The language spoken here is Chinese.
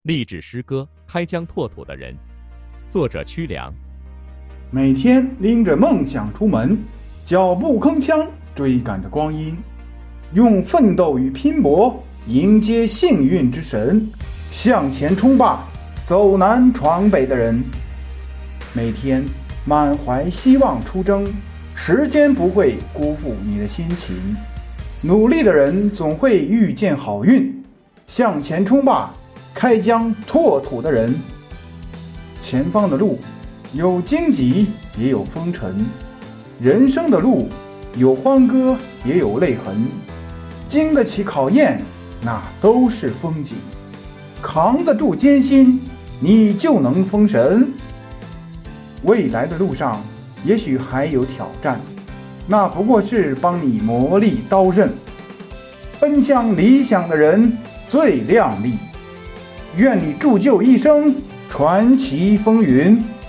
励志诗歌《开疆拓土的人》，作者曲良。 每天拎着梦想出门，脚步铿锵追赶着光阴，用奋斗与拼搏迎接幸运之神，向前冲吧，走南闯北的人。每天满怀希望出征，时间不会辜负你的辛勤，努力的人总会遇见好运，向前冲吧，开疆拓土的人。前方的路有荆棘也有风尘，人生的路有欢歌也有泪痕，经得起考验那都是风景，扛得住艰辛你就能封神。未来的路上也许还有挑战，那不过是帮你磨砺刀刃。奔向理想的人最亮丽，愿你铸就一生传奇风云。